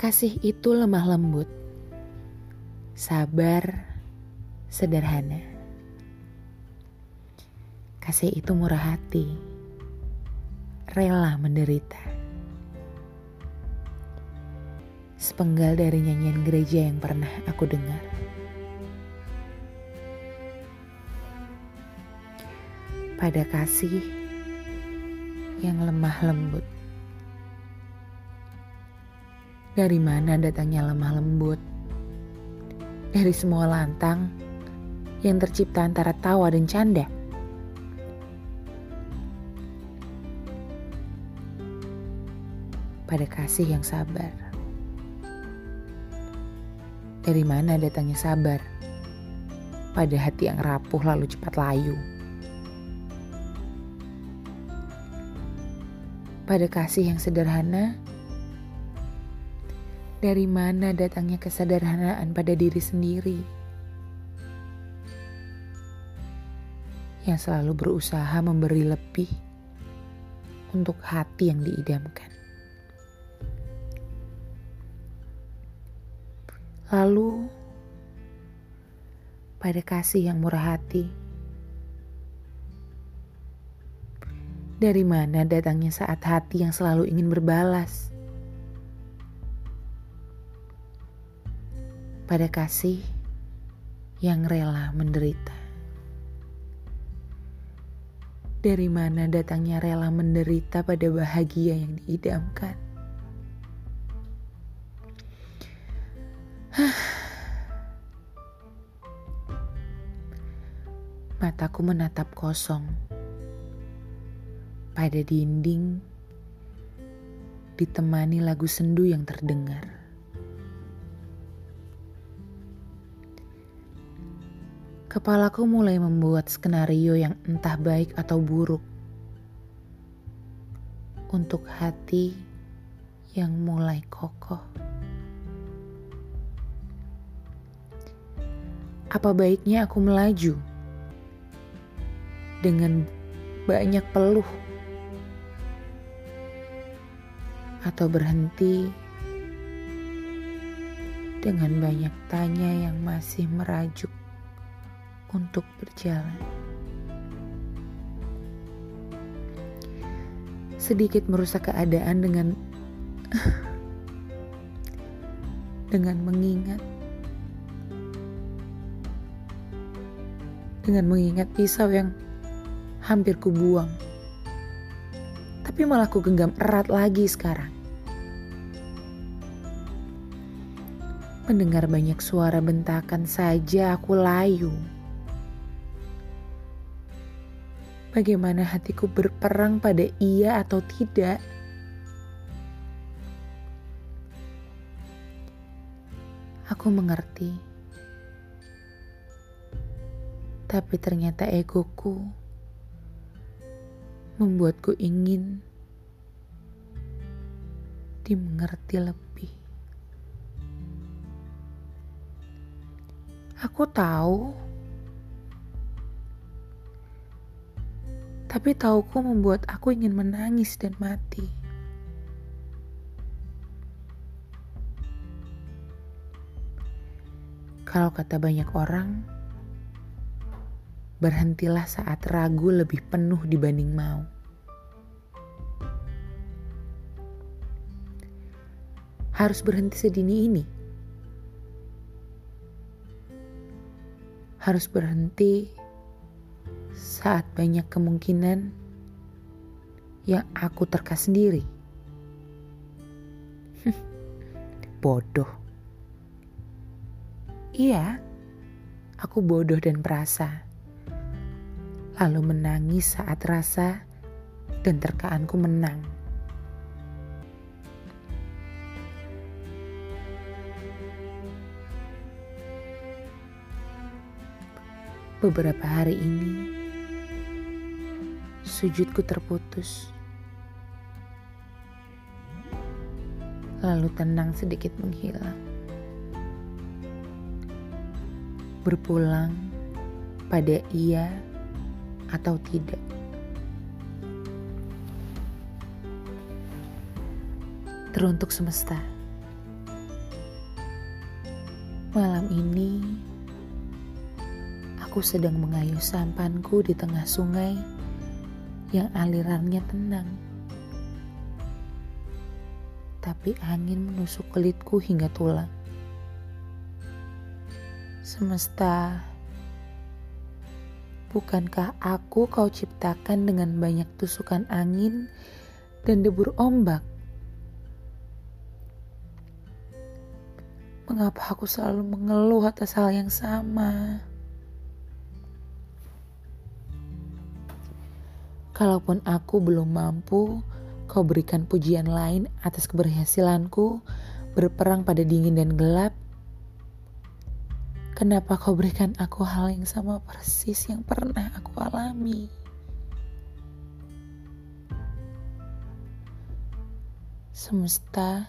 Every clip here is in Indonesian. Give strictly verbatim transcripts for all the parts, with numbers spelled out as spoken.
Kasih itu lemah lembut, sabar, sederhana. Kasih itu murah hati, rela menderita. Sepenggal dari nyanyian gereja yang pernah aku dengar. Pada kasih yang lemah lembut. Dari mana datangnya lemah lembut? Dari semua lantang yang tercipta antara tawa dan canda. Pada kasih yang sabar. Dari mana datangnya sabar? Pada hati yang rapuh lalu cepat layu. Pada kasih yang sederhana. Dari mana datangnya kesederhanaan pada diri sendiri? Yang selalu berusaha memberi lebih untuk hati yang diidamkan. Lalu, pada kasih yang murah hati, dari mana datangnya saat hati yang selalu ingin berbalas? Pada kasih yang rela menderita. Dari mana datangnya rela menderita pada bahagia yang diidamkan? Mataku menatap kosong pada dinding, ditemani lagu sendu yang terdengar. Kepalaku mulai membuat skenario yang entah baik atau buruk untuk hati yang mulai kokoh. Apa baiknya aku melaju dengan banyak peluh atau berhenti dengan banyak tanya yang masih merajuk untuk berjalan? Sedikit merusak keadaan dengan dengan mengingat dengan mengingat pisau yang hampir kubuang, tapi malah ku genggam erat lagi sekarang. Mendengar banyak suara bentakan saja aku layu. Bagaimana hatiku berperang pada iya atau tidak? Aku mengerti. Tapi ternyata egoku membuatku ingin dimengerti lebih. Aku tahu, tapi tauku membuat aku ingin menangis dan mati. Kalau kata banyak orang, berhentilah saat ragu lebih penuh dibanding mau. Harus berhenti sedini ini. Harus berhenti saat banyak kemungkinan yang aku terka sendiri. Bodoh. Iya, aku bodoh dan perasa. Lalu menangis saat rasa dan terkaanku menang. Beberapa hari ini, sujudku terputus. Lalu tenang sedikit menghilang. Berpulang pada iya atau tidak. Teruntuk semesta, Malam ini, aku sedang mengayuh sampanku di tengah sungai yang alirannya tenang. Tapi angin menusuk kulitku hingga tulang. Semesta, bukankah aku kau ciptakan dengan banyak tusukan angin dan debur ombak? Mengapa aku selalu mengeluh atas hal yang sama? Kalaupun aku belum mampu, kau berikan pujian lain atas keberhasilanku berperang pada dingin dan gelap. Kenapa kau berikan aku hal yang sama persis yang pernah aku alami? Semesta,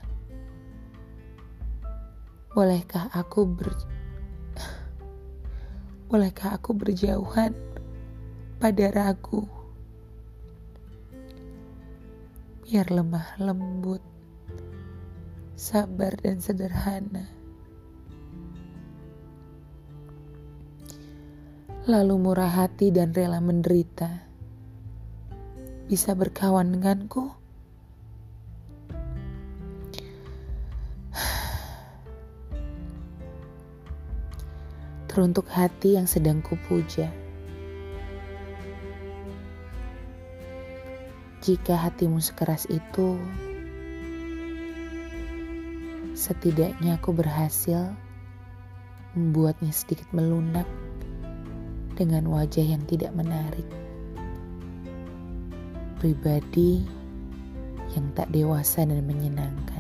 bolehkah aku ber bolehkah aku berjauhan pada ragu? Biar lemah lembut, sabar dan sederhana. Lalu murah hati dan rela menderita. Bisa berkawan denganku? Teruntuk hati yang sedang kupuja. Jika hatimu sekeras itu, setidaknya aku berhasil membuatnya sedikit melunak dengan wajah yang tidak menarik. Pribadi yang tak dewasa dan menyenangkan.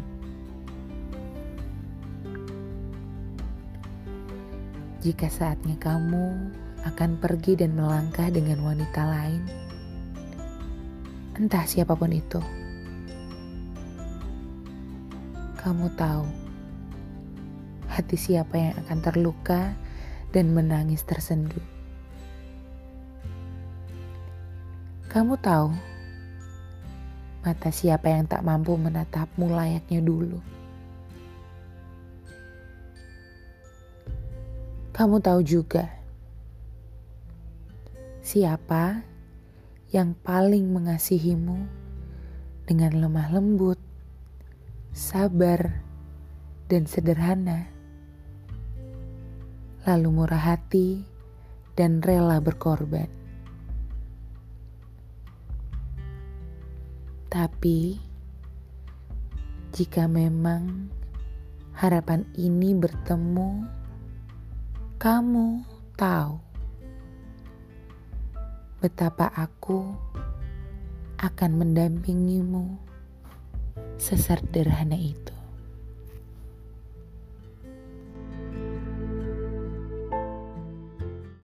Jika saatnya kamu akan pergi dan melangkah dengan wanita lain, entah siapapun itu, kamu tahu hati siapa yang akan terluka dan menangis tersenduh. Kamu tahu mata siapa yang tak mampu menatapmu layaknya dulu. Kamu tahu juga siapa yang paling mengasihimu dengan lemah lembut, sabar, dan sederhana, lalu murah hati dan rela berkorban. Tapi, jika memang harapan ini bertemu, kamu tahu betapa aku akan mendampingimu sesederhana itu.